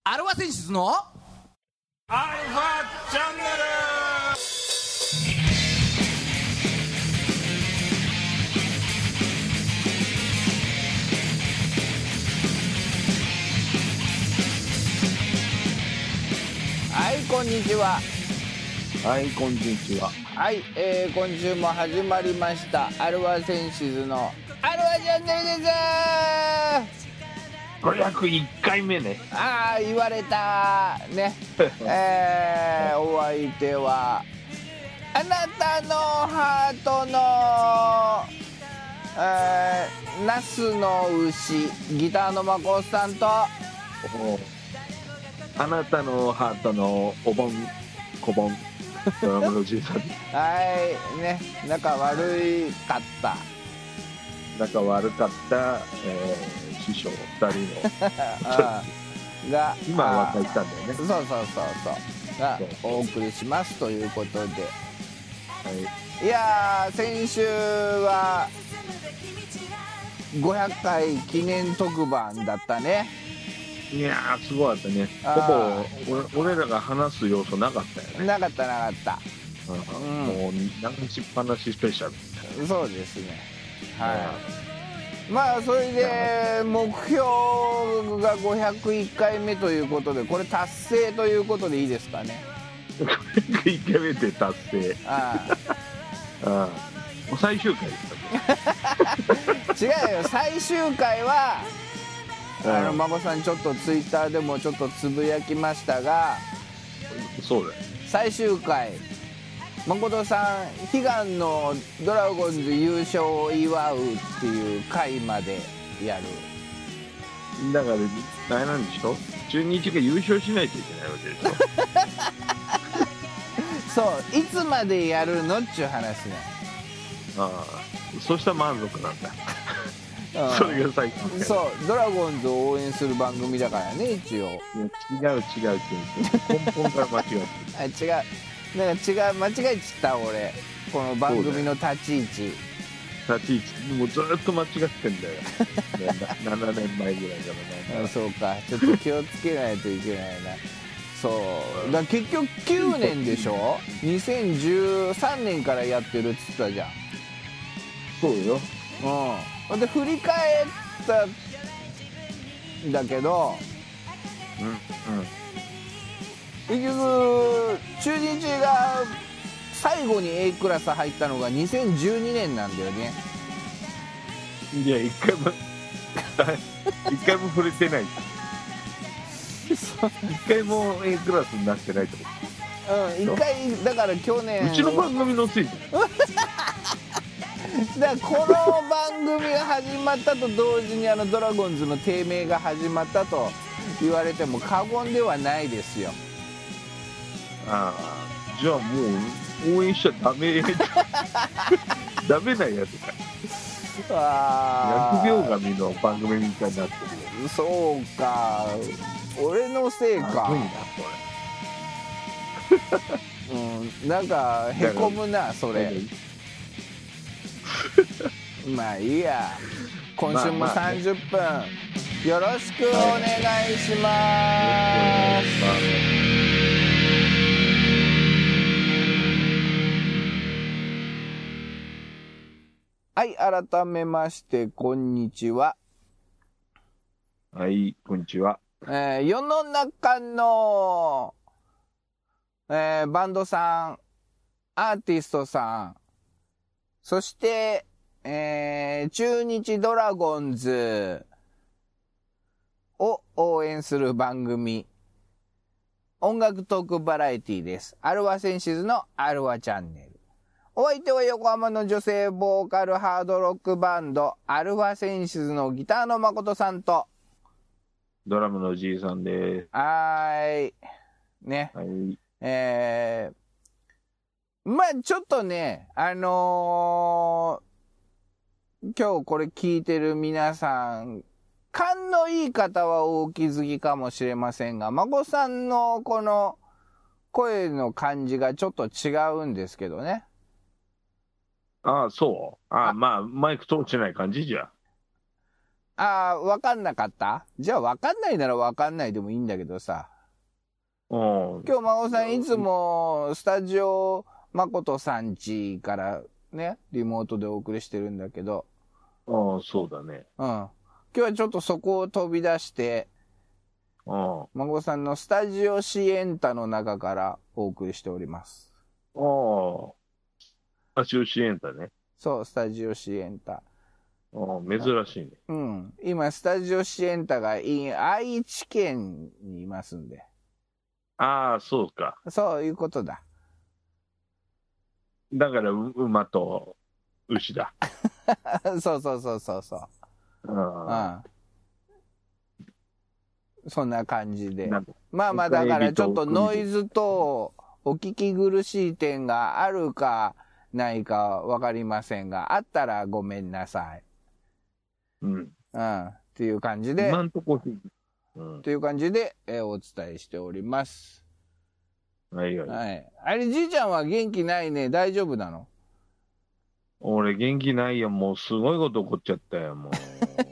アルファ選出のアルファチャンネル。 はい、こんにちは。 はい、こんにちは。 はい、今週も始まりましたアルファセンシズのアルファチャンネルです。 501回目ね。 ああ、言われたね。お相手はあなたのハートの、ナスの牛ギターのまこさんと、 あなたのハートのお盆小盆ドラムのじいさんです。 はいね、仲悪かった仲悪かった、師匠2人のが今若いったんだよね。 そうがお送りしますということで、 はい、 いやー、先週は500回記念特番だったね。 いやー、すごかったね。ほぼ俺らが話す要素なかったよね。 なかった、 もう流しっぱなしスペシャルみたいな。 そうですね。はい、まあそれで目標が501回目ということで、これ達成ということでいいですかね。 1回目で達成。もう最終回です違うよ、最終回は孫さんちょっとツイッターでもちょっとつぶやきましたが、 そうだよ。 最終回誠さん悲願のドラゴンズ優勝を祝うっていう回までやる。 だからあれなんでしょ、中日が優勝しないといけないわけでしょ。 そう、いつまでやるのっちゅう話ね。 そうしたら満足なんだ。それが最高。 そう、ドラゴンズを応援する番組だからね、一応。 違う根本から間違ってる。 なんか間違えちった俺、この番組の立ち位置もうずっと間違ってんだよ。7年前ぐらいからね。 そうか、ちょっと気をつけないといけないな。そうだ、結局9年でしょ。2013年からやってるっつったじゃん。 そうよ。 で振り返ったんだけど、結局中日が最後に A クラス入ったのが2012年なんだよね。 いや、一回も触れてない。一回も A クラスになってないってこと。 一回だから去年うちの番組のせいじゃん。 だからこの番組が始まったと同時にドラゴンズの低迷が始まったと言われても過言ではないですよ。 じゃあもう応援しちゃダメダメなやつか。疫病神の番組みたいになってるよ。 そうか、俺のせいか。なんかへこむなそれ。まあいいや、今週も30分よろしくお願いします。はい、改めましてこんにちは。 はい、こんにちは。 世の中の、バンドさん、アーティストさん、そして、中日ドラゴンズを応援する番組、音楽トークバラエティです。アルファセンシズのアルファチャンネル。お相手は横浜の女性ボーカルハードロックバンドアルファセンシズのギターの誠さんとドラムのじいさんです。 ね。 はい。 まあちょっとね、今日これ聞いてる皆さん、勘のいい方はお気づきかもしれませんが、孫さんのこの声の感じがちょっと違うんですけどね。 そう。まあマイク通ってない感じじゃ。 ああ、わかんなかった？じゃあわかんないならわかんないでもいいんだけどさ。今日孫さんいつもスタジオ誠さん家からね、リモートでお送りしてるんだけど。 そうだね。 今日はちょっとそこを飛び出して、孫さんのスタジオシエンタの中からお送りしております。 スタジオシエンタね。 そう、スタジオシエンタ。 珍しいね。 今、スタジオシエンタが愛知県にいますんで。 そうか。 そういうことだ。 だから、馬と牛だ。 そう。そんな感じで。まあだからちょっとノイズとお聞き苦しい点があるかないかわかりませんが、あったらごめんなさい。っていう感じで。っていう感じで、お伝えしております。はい。あれ、じいちゃんは元気ないね。大丈夫なの？ 俺元気ないよ。もうすごいこと起こっちゃったよ、もう。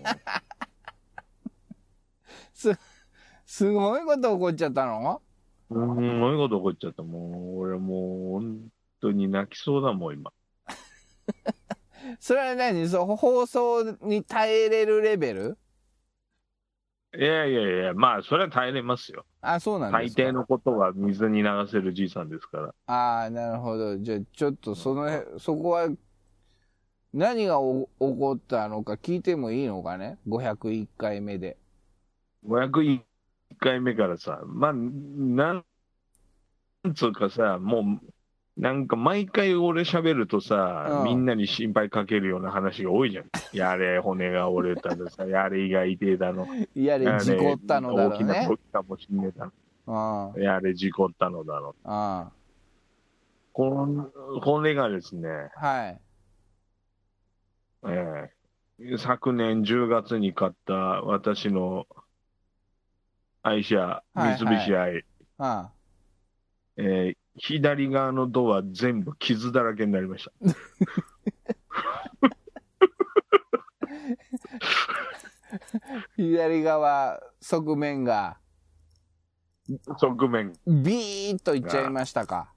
すごいこと起こっちゃったの？ すごいこと起こっちゃった。もう、俺もう本当に泣きそうだもん、今。 それは何？放送に耐えれるレベル？ いや、まあ、それは耐えれますよ。 そうなんですか。 大抵のことは水に流せるじいさんですから。 なるほど。じゃあ、ちょっとそこは、何が起こったのか聞いてもいいのかね？ 501 回目で。 501回目からさ、まあ、なんつうかさ、もう、なんか毎回俺喋るとさ、みんなに心配かけるような話が多いじゃん。やれ、骨が折れたのさ、やれ、胃が痛いだの。 やれ、事故ったのだろうね。 大きな病気かもしんねえだの。やれ、事故ったのだの。これがですね、 はい。 昨年10月に買った私の愛車、三菱愛。左側のドア全部傷だらけになりました。 左側、側面ビーッといっちゃいましたか。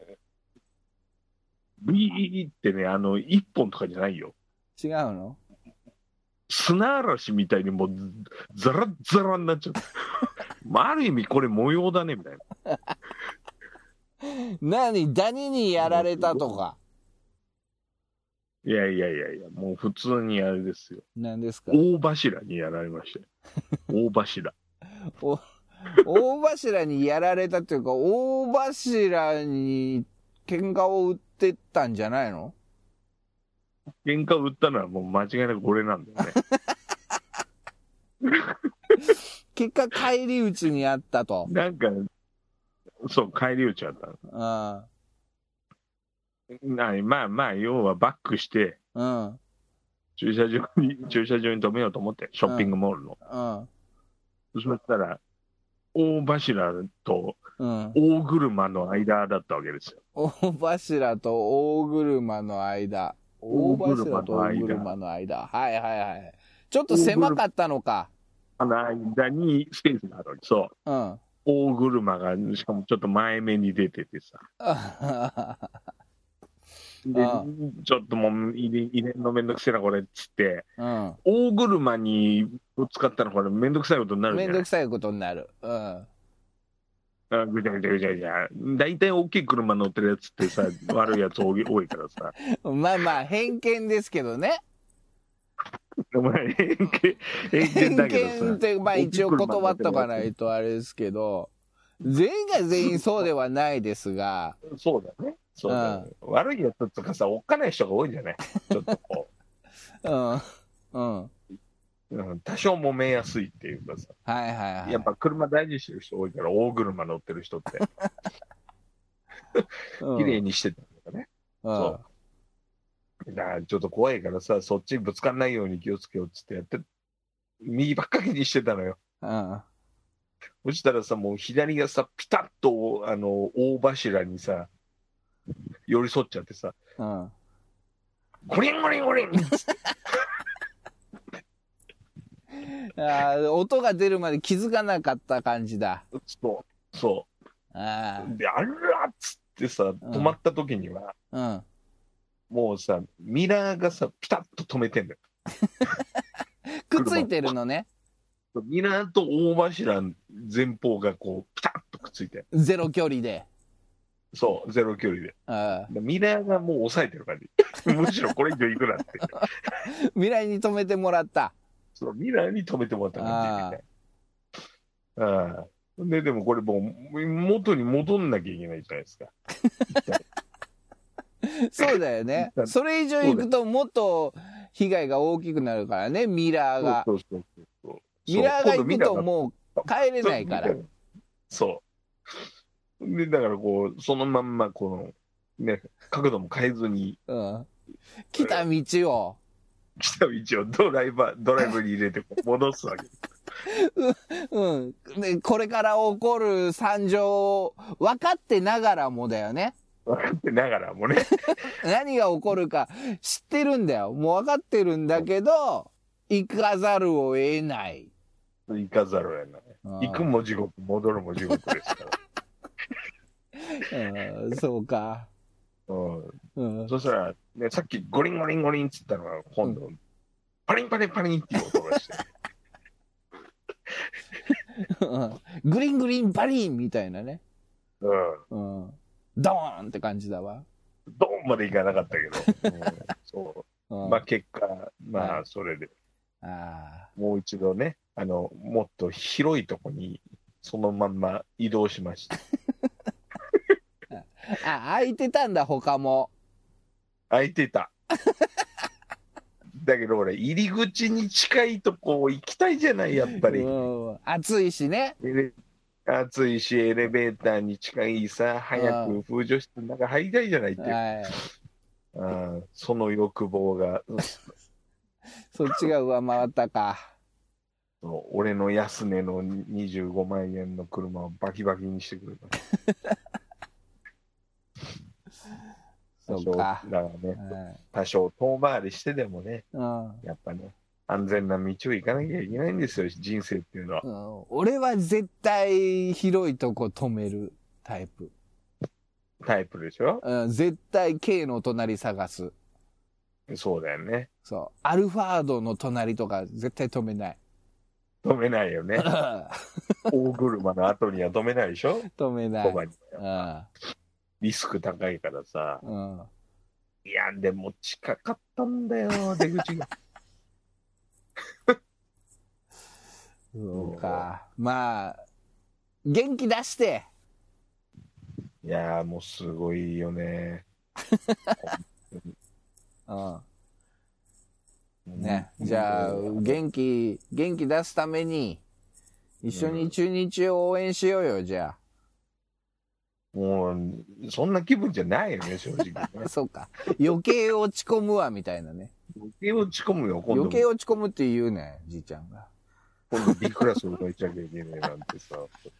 ビーってね、一本とかじゃないよ。 違うの？ 砂嵐みたいにもうザラッザラになっちゃう。ある意味これ模様だねみたいな。 何？ダニにやられたとか？ いや、もう普通にあれですよ。 何ですか？ 大柱にやられましたよ。大柱。 大柱にやられたっていうか、大柱に喧嘩を売ってったんじゃないの？ 喧嘩を売ったのはもう間違いなく俺なんだよね。 結果返り討ちにあったと。 なんか、そう、返り討ちあったの。まあ、要はバックして、駐車場に止めようと思って、ショッピングモールの。そしたら、大柱と大車の間だったわけですよ。 大柱と大車の間。大柱と大車の間。はい。ちょっと狭かったのか。 間にスペースがあるわけ。そう。大車が、しかもちょっと前目に出ててさ。で、ちょっともう入れんのめんどくせえな、これっつって、大車にぶつかったらこれめんどくさいことになるじゃん。 めんどくさいことになる。 ぐちゃぐちゃ。大体大きい車乗ってるやつってさ、悪いやつ多いからさ。 まあ、偏見ですけどね。 偏見だけどさ。 偏見って、まあ一応断っとかないとあれですけど、全員が全員そうではないですが。 そうだね。そうだね。悪いやつとかさ、おっかない人が多いんじゃない？ちょっとこう。多少揉めやすいっていうかさ。 はい。 やっぱ車大事にしてる人多いから、大車乗ってる人って。綺麗にしてたんだね。そう。だからちょっと怖いからさ、そっちにぶつかんないように気をつけようっつってやって、右ばっかりにしてたのよ。そしたらさ、もう左がさ、ピタッと、大柱にさ、寄り添っちゃってさ、ゴリンゴリンゴリンっつって。 音が出るまで気づかなかった感じだ。 そう。で、あらっつってさ、止まった時には、もうさ、ミラーがさ、ピタッと止めてんだよ。 くっついてるのね。 ミラーと大柱前方がこう、ピタッとくっついて。 ゼロ距離で。 そう、ゼロ距離で。ミラーがもう抑えてる感じ。むしろこれ以上いくなって。 ミラーに止めてもらった。 そう、ミラーに止めてもらった感じ。でもこれもう元に戻んなきゃいけないじゃないですか。 そうだよね。それ以上行くともっと被害が大きくなるからね、ミラーが。ミラーが行くともう帰れないから。 そう。で、だからこう、そのまんまこの、ね、角度も変えずに。 来た道を。 ドライブに入れて戻すわけ。 で、これから起こる惨状分かってながらもだよね。 分かってながらもね。 何が起こるか知ってるんだよ。もう分かってるんだけど、行かざるを得ない。 行かざるを得ない。行くも地獄、戻るも地獄ですから。 そうか。 そしたら、ね、さっきゴリンゴリンゴリンっつったのが、今度、パリンパリンパリンっていう音がして。 グリングリンパリンみたいなね。ドーンって感じだわ。 ドーンまでいかなかったけど。そう。まあ結果、まあそれで。もう一度ね、もっと広いとこに、そのまんま移動しました。 空いてたんだ、他も。 空いてた。だけど俺、入り口に近いとこ行きたいじゃない、やっぱり。 暑いしね。 暑いし、エレベーターに近いさ、早く風除室の中入りたいじゃないって。その欲望が。 そっちが上回ったか。 俺の安値の25万円の車をバキバキにしてくれた。 そうか。 だからね、多少遠回りしてでもね、やっぱね、安全な道を行かなきゃいけないんですよ、人生っていうのは。 俺は絶対広いとこ止めるタイプ。 タイプでしょ？ 絶対 K の隣探す。 そうだよね。 そう。アルファードの隣とか絶対止めない。 止めないよね。大車の後には止めないでしょ？ 止めない。 リスク高いからさ。いや、でも近かったんだよ、出口が。 そうか。まあ、元気出して。 いやー、もうすごいよね。 ね、じゃあ、元気出すために、一緒に中日を応援しようよ、じゃあ。 もう、そんな気分じゃないよね、正直、ね。 そうか。余計落ち込むわ、みたいなね。 余計落ち込むよ、今度。 余計落ち込むって言うね、じいちゃんが。 今度 B クラス動いちゃいけないなんてさ。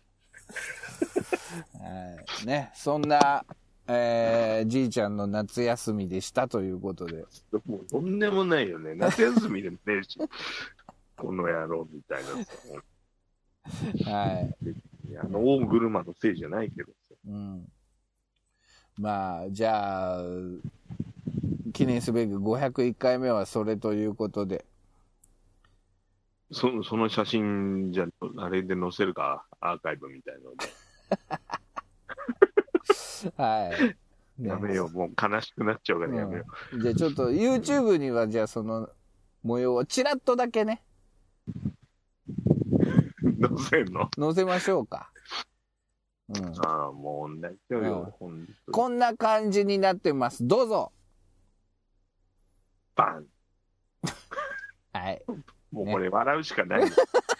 ね、そんな、じいちゃんの夏休みでしたということで。 もうとんでもないよね。夏休みでもねえし、この野郎みたいなさ。はい。大車のせいじゃないけどさ。 まあ、じゃあ、記念すべき501回目はそれということで。 その写真じゃ、あれで載せるか、アーカイブみたいなので。 はい。 やめよう、もう悲しくなっちゃうからやめよう。じゃあちょっと YouTube にはじゃあその模様をちらっとだけね。 載せんの？ 載せましょうか。 もう同じよ、 こんな感じになってます。どうぞ。 バン。 はい。 もうこれ笑うしかない。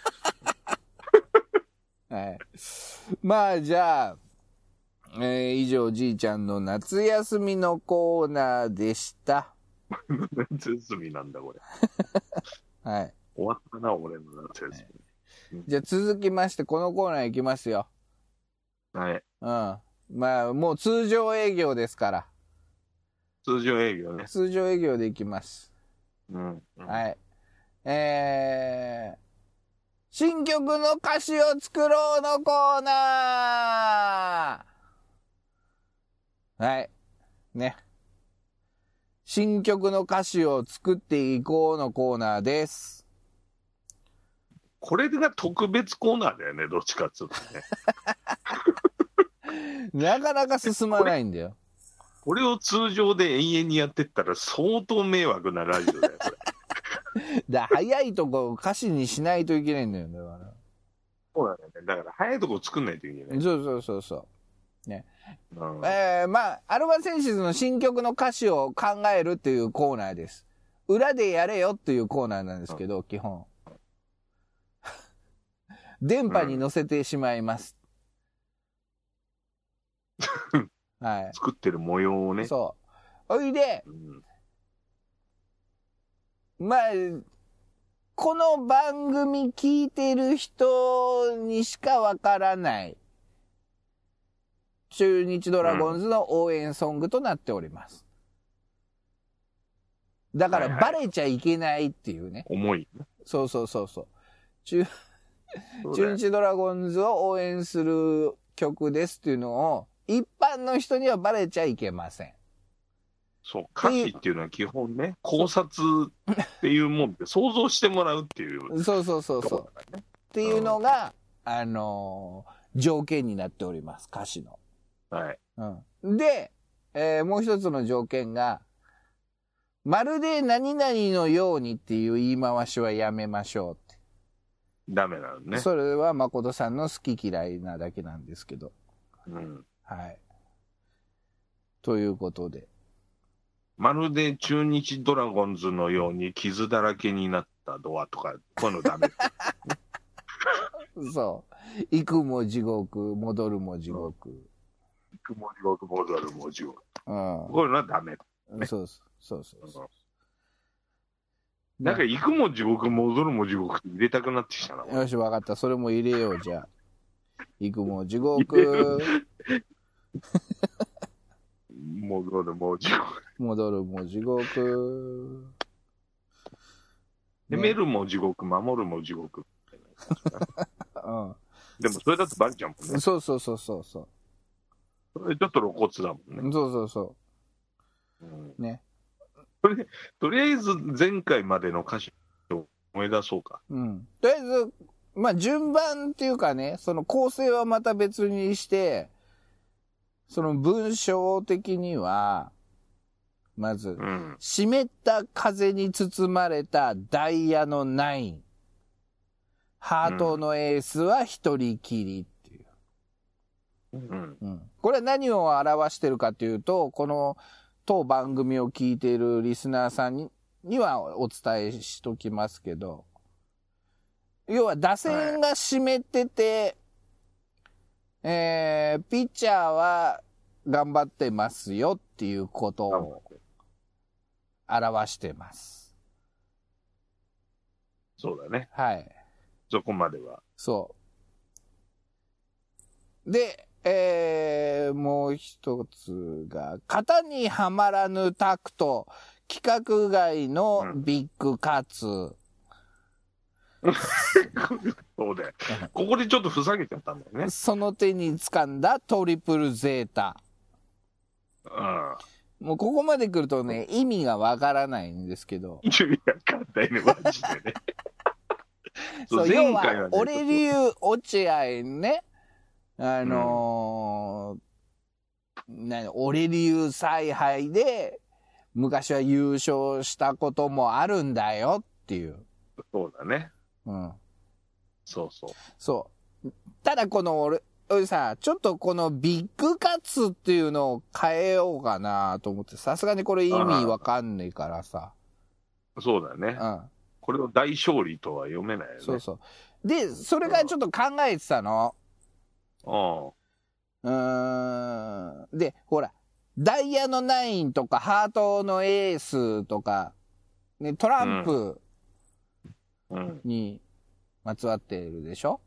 はい。まあじゃあ、以上じいちゃんの夏休みのコーナーでした。 夏休みなんだこれ。 はい。 終わったな俺の夏休み。じゃあ続きましてこのコーナー行きますよ。 はい。 まあもう通常営業ですから。 通常営業ね。 通常営業で行きます。はい。 新曲の歌詞を作ろうのコーナー。はい。ね。新曲の歌詞を作っていこうのコーナーです。 これが特別コーナーだよね、どっちかっつうとね。なかなか進まないんだよ。 これを通常で永遠にやってったら相当迷惑なラジオだよ、これ。 早いとこ歌詞にしないといけないんだよ、だから。 そうなんだよね。だから早いとこ作んないといけない。 そうね。 うん、 まあアルバセンシズの新曲の歌詞を考えるっていうコーナーです。裏でやれよっていうコーナーなんですけど、基本電波に乗せてしまいます、はい。 作ってる模様をね。 そう。おいで、まあこの番組聞いてる人にしかわからない中日ドラゴンズの応援ソングとなっております。だからバレちゃいけないっていうね。 重い。 そう。中日ドラゴンズを応援する曲ですっていうのを一般の人にはバレちゃいけません。 そう、歌詞っていうのは基本ね、考察っていうもんで想像してもらうっていう。 そう。っていうのが、条件になっております、歌詞の。 はい。 で、もう一つの条件が、まるで何々のようにっていう言い回しはやめましょうって。 ダメなのね。 それは誠さんの好き嫌いなだけなんですけど。はい。ということで。 まるで中日ドラゴンズのように傷だらけになったドアとか、こういうのダメ。 そう。行くも地獄、戻るも地獄。 行くも地獄、戻るも地獄。 こういうのはダメ。 そう。 なんか行くも地獄、戻るも地獄って入れたくなってきたな。 よし、わかった。それも入れよう、じゃあ。行くも地獄。 戻るも地獄。 戻るも地獄。 攻めるも地獄、守るも地獄。でもそれだとバレちゃうもんね。 そう。 それちょっと露骨だもんね。 そう。ね。 とりあえず前回までの歌詞を思い出そうか。 とりあえず、まあ順番っていうかね、その構成はまた別にして、その文章的には、まず、湿った風に包まれたダイヤのナイン。ハートのエースは一人きりっていう。これは何を表してるかっていうと、この当番組を聞いているリスナーさんにはお伝えしときますけど、要は打線が湿ってて、ピッチャーは頑張ってますよっていうことを表してます。 そうだね。 はい。 そこまでは。 そう。で、もう一つが、型にはまらぬタクト、規格外のビッグカツ。 そうだよ。ここでちょっとふざけちゃったんだよね。 その手に掴んだトリプルゼータ。もうここまで来るとね、意味がわからないんですけど。 意味がわかんないね、マジでね。 そう、要は、俺流落合ね、俺流采配で、昔は優勝したこともあるんだよっていう。 そうだね。そう。 ただこの俺さ、ちょっとこのビッグカツっていうのを変えようかなと思って、さすがにこれ意味わかんねえからさ。 そうだね。これを大勝利とは読めないよね。 そう。で、それからちょっと考えてたの。で、ほら、ダイヤのナインとか、ハートのエースとか、ね、トランプにまつわってるでしょ？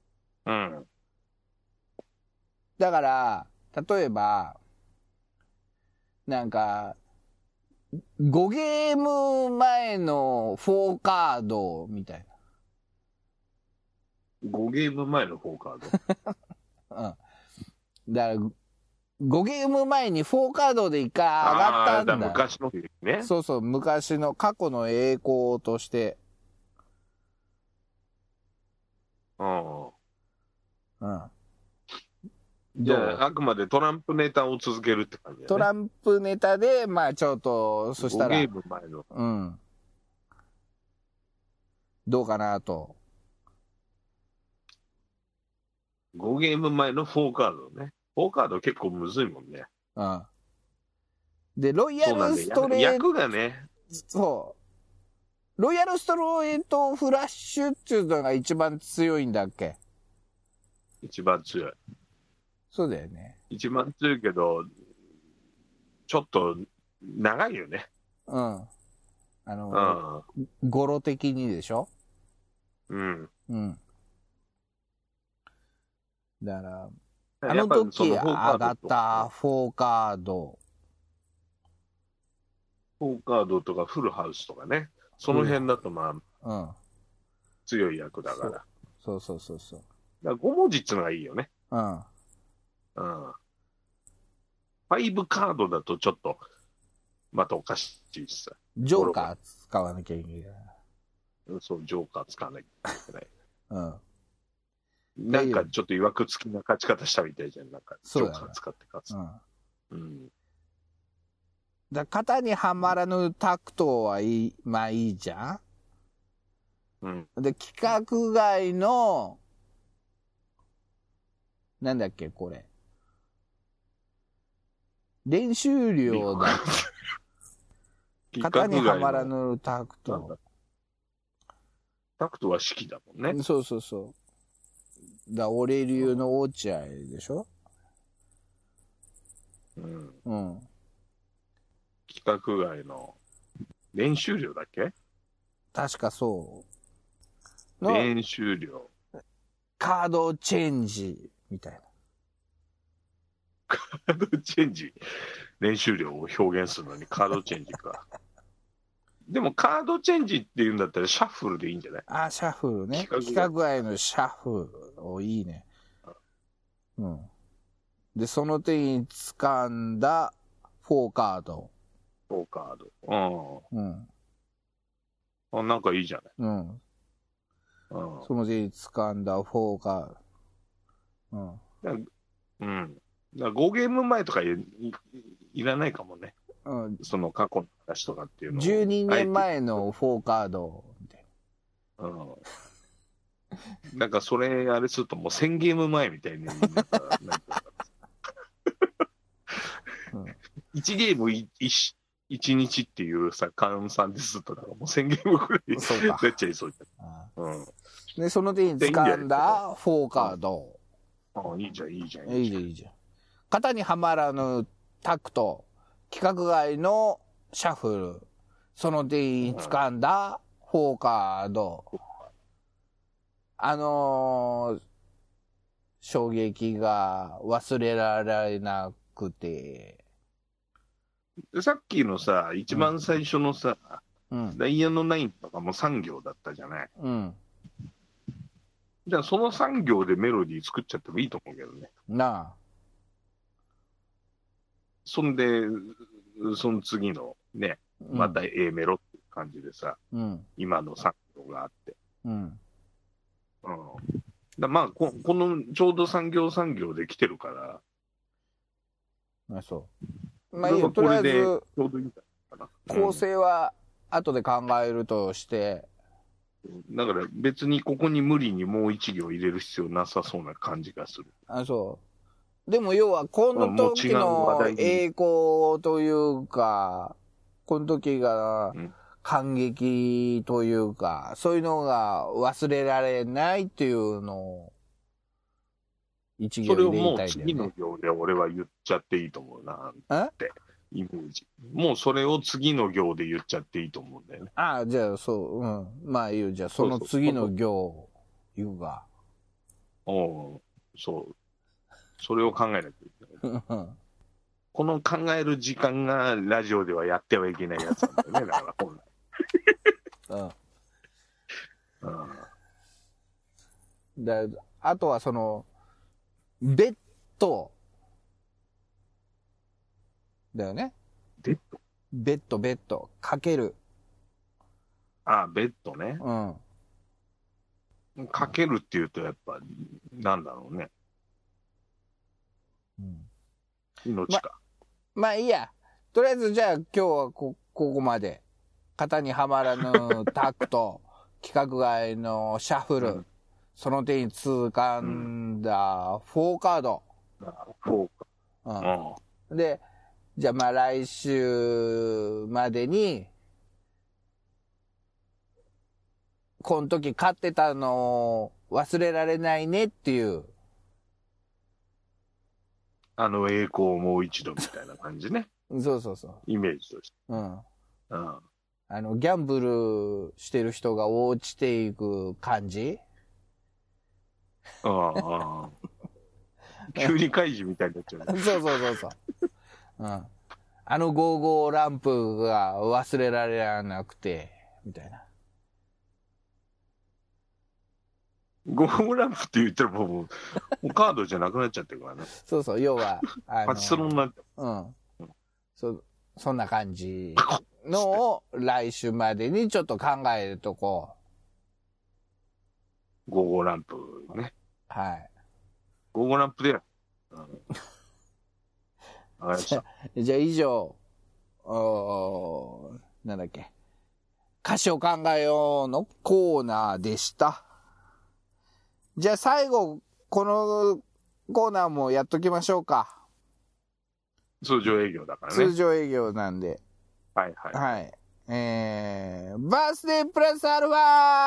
だから、例えば、なんか、5ゲーム前の4カードみたい 5ゲーム前の4カード。 うん。だから、5ゲーム前に4カードで1回上がったんだ。 昔のね。 そうそう、昔の過去の栄光として。 うん。 うん。 じゃあ、あくまでトランプネタを続けるって感じだね。 トランプネタで、まあちょっと、そしたら。 5ゲーム前の。 うん。どうかなと。 5ゲーム前の4カードね。4カード結構むずいもんね。 うん。で、ロイヤルストレート。 役がね。 そう。ロイヤルストレートフラッシュっていうのが一番強いんだっけ？ 一番強い。 そうだよね。 一番強いけど、ちょっと長いよね。 うん。語呂的にでしょ？ うん。 うん。だから、あの時上がった4カード。 4カードとかフルハウスとかね。その辺だとまあ、 うん。 強い役だから。 そうそうそうそう。 だから5文字ってのがいいよね。 うん。 うん。5カードだとちょっと、またおかしいしさ。 ジョーカー使わなきゃいけない。 そう、ジョーカー使わなきゃいけない。 うん。 なんかちょっと曰くつきな勝ち方したみたいじゃん。なんか、ジョーカー使って勝つ。 うん。 うん。 型にはまらぬタクトはいい、まあいいじゃん。うん。で、規格外の、なんだっけ、これ。練習量だ。型にはまらぬタクト。 タクトは式だもんね。 そうそうそう。俺流の落合でしょ？ うん。 うん。 規格外の練習量だっけ？ 確かそう。 練習量。 カードチェンジみたいな。 カードチェンジ。練習量を表現するのにカードチェンジか。でもカードチェンジって言うんだったらシャッフルでいいんじゃない？ あ、シャッフルね。規格外のシャッフル。お、いいね。うん。で、その手に掴んだ4カード。 4カード。うん。うん。あ、なんかいいじゃない。 うん。うん。その手に掴んだ4カード。 うん。うん。5ゲーム前とかいらないかもね。うん。その過去の話とかっていうのを。 12年前の4カード。 うん。なんかそれ、あれするともう1000ゲーム前みたいになんか、1ゲーム1日っていうさ、換算ですると、もう1000ゲームくらいなっちゃいそうじゃん。うん。 で、その手に掴んだ4カード。 ああ、いいじゃん、いいじゃん。 いいじゃん、いいじゃん。型にはまらぬタクト。規格外のシャッフル。その手に掴んだ4カード。衝撃が忘れられなくて。 さっきのさ、一番最初のさ、ダイヤの9とかも3行だったじゃない。うん。じゃあその3行でメロディー作っちゃってもいいと思うけどね。なあ。そんで、その次のね、また A メロっていう感じでさ、今の3行があって。まあこのちょうど3行で来てるから。あ、そう。まあいいよ、とりあえず、構成は後で考えるとして。だから別にここに無理にもう1行入れる必要なさそうな感じがする。あ、そう。でも要は、この時の栄光というか、この時が感激というか、そういうのが忘れられないっていうのを、一行入れたいんだよね。それをもう次の行で俺は言っちゃっていいと思うなって。イメージ。もうそれを次の行で言っちゃっていいと思うんだよね。ああ、じゃあそう、うん。まあいいよ。じゃあその次の行を言うが。おう、そう。それを考えなきゃいけない。この考える時間がラジオではやってはいけないやつなんだよね。だから本来。 あとはその、ベッド。だよね。 ベッドベッド。かける。 ああ、ベッドね。 うん。 かけるっていうと、やっぱ、なんだろうね。 うん、 命か。 まあいいや。とりあえずじゃあ今日はここまで。型にはまらぬタクト、規格外のシャッフル、うん、その手に掴んだ4カード。 4 か。うん。で、じゃあまあ来週までに、この時買ってたの忘れられないねっていう。 栄光をもう一度みたいな感じね。 そうそうそう。 イメージとして。 うん。うん。ギャンブルしてる人が落ちていく感じ。 ああ。急に怪獣みたいになっちゃう、ね。 そう。うん。ゴーゴーランプが忘れられなくて、みたいな。 ゴーゴーランプって言ったらもうカードじゃなくなっちゃってるからね。 そう、要は、 パチスロになって。 うん。そんな感じのを来週までにちょっと考えるとこう。ゴーゴーランプね。 はい。 ゴーゴーランプで。わかりました。 じゃあ以上、なんだっけ。歌詞を考えようのコーナーでした。じゃあ最後、このコーナーもやっときましょうか。 通常営業だからね。 通常営業なんで。 はい。 バースデープラスアルファ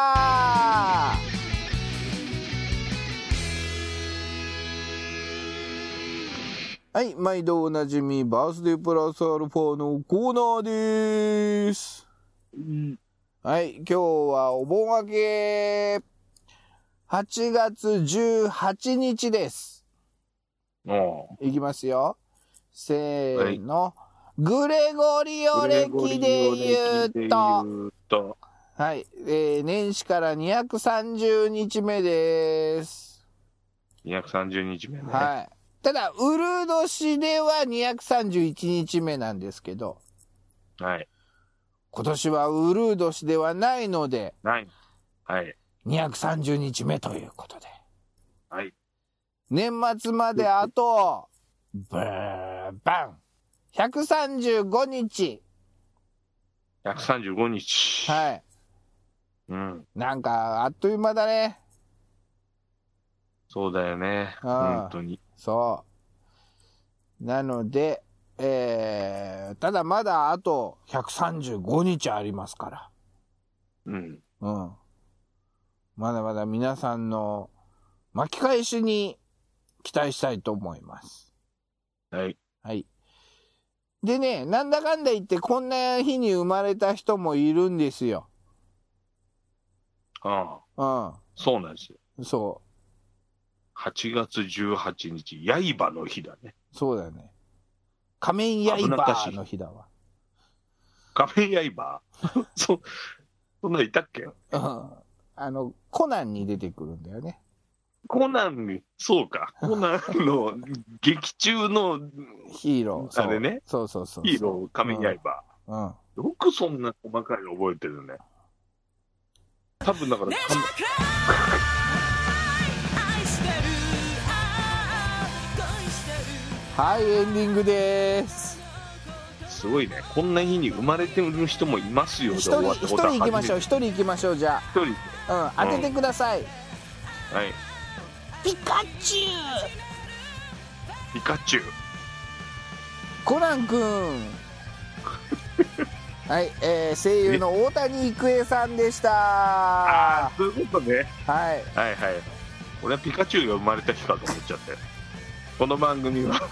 はい、毎度おなじみ、バースデープラスアルファのコーナーです。はい、今日はお盆明け、8月18日です。いきますよ。せーの。はい、グレゴリオ暦で言うと、はい、年始から230日目です。 230日目ね。 はい。ただ、ウル年では231日目なんですけど、 はい。 今年はウル年ではないので、 はい。はい。 230日目ということで。 はい。 年末まであと、ブーバン135日。 135日。 はい。 うん。 なんか、あっという間だね。 そうだよね。本当に。 そう。なので、ただまだあと135日ありますから。 うん。 うん。まだまだ皆さんの巻き返しに期待したいと思います。 はい。 はい。でね、なんだかんだ言ってこんな日に生まれた人もいるんですよ。 ああ。 うん。 そうなんですよ。 そう。 8月18日、刃の日だね。 そうだね。仮面刃の日だわ。 仮面刃そんなんいたっけ？ コナンに出てくるんだよね。 コナンに、そうか。コナンの劇中のヒーロー。 あれね。 そう。ヒーロー、仮面刃。 うん。 よくそんな細かいの覚えてるね。多分だから、 はい、エンディングです。 すごいね。こんな日に生まれてる人もいますよ。 一人行きましょう。じゃあ。 一人。 当ててください。 はい。 ピカチュウ。 ピカチュウ。 コナン君。はい、声優の大谷育恵さんでした。 ああ、そういうことね。 はい。 俺はピカチュウが生まれた日かと思っちゃって。この番組は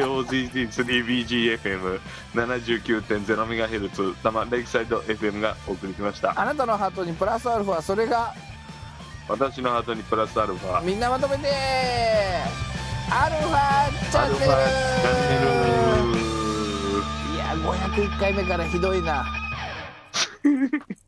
JOZZ3BGFM79.0MHz 多摩レイクサイド FM がお送りしました。 あなたのハートにプラスアルファ、それが私のハートにプラスアルファ、 みんなまとめてアルファチャンネル。いや、501回目からひどいな。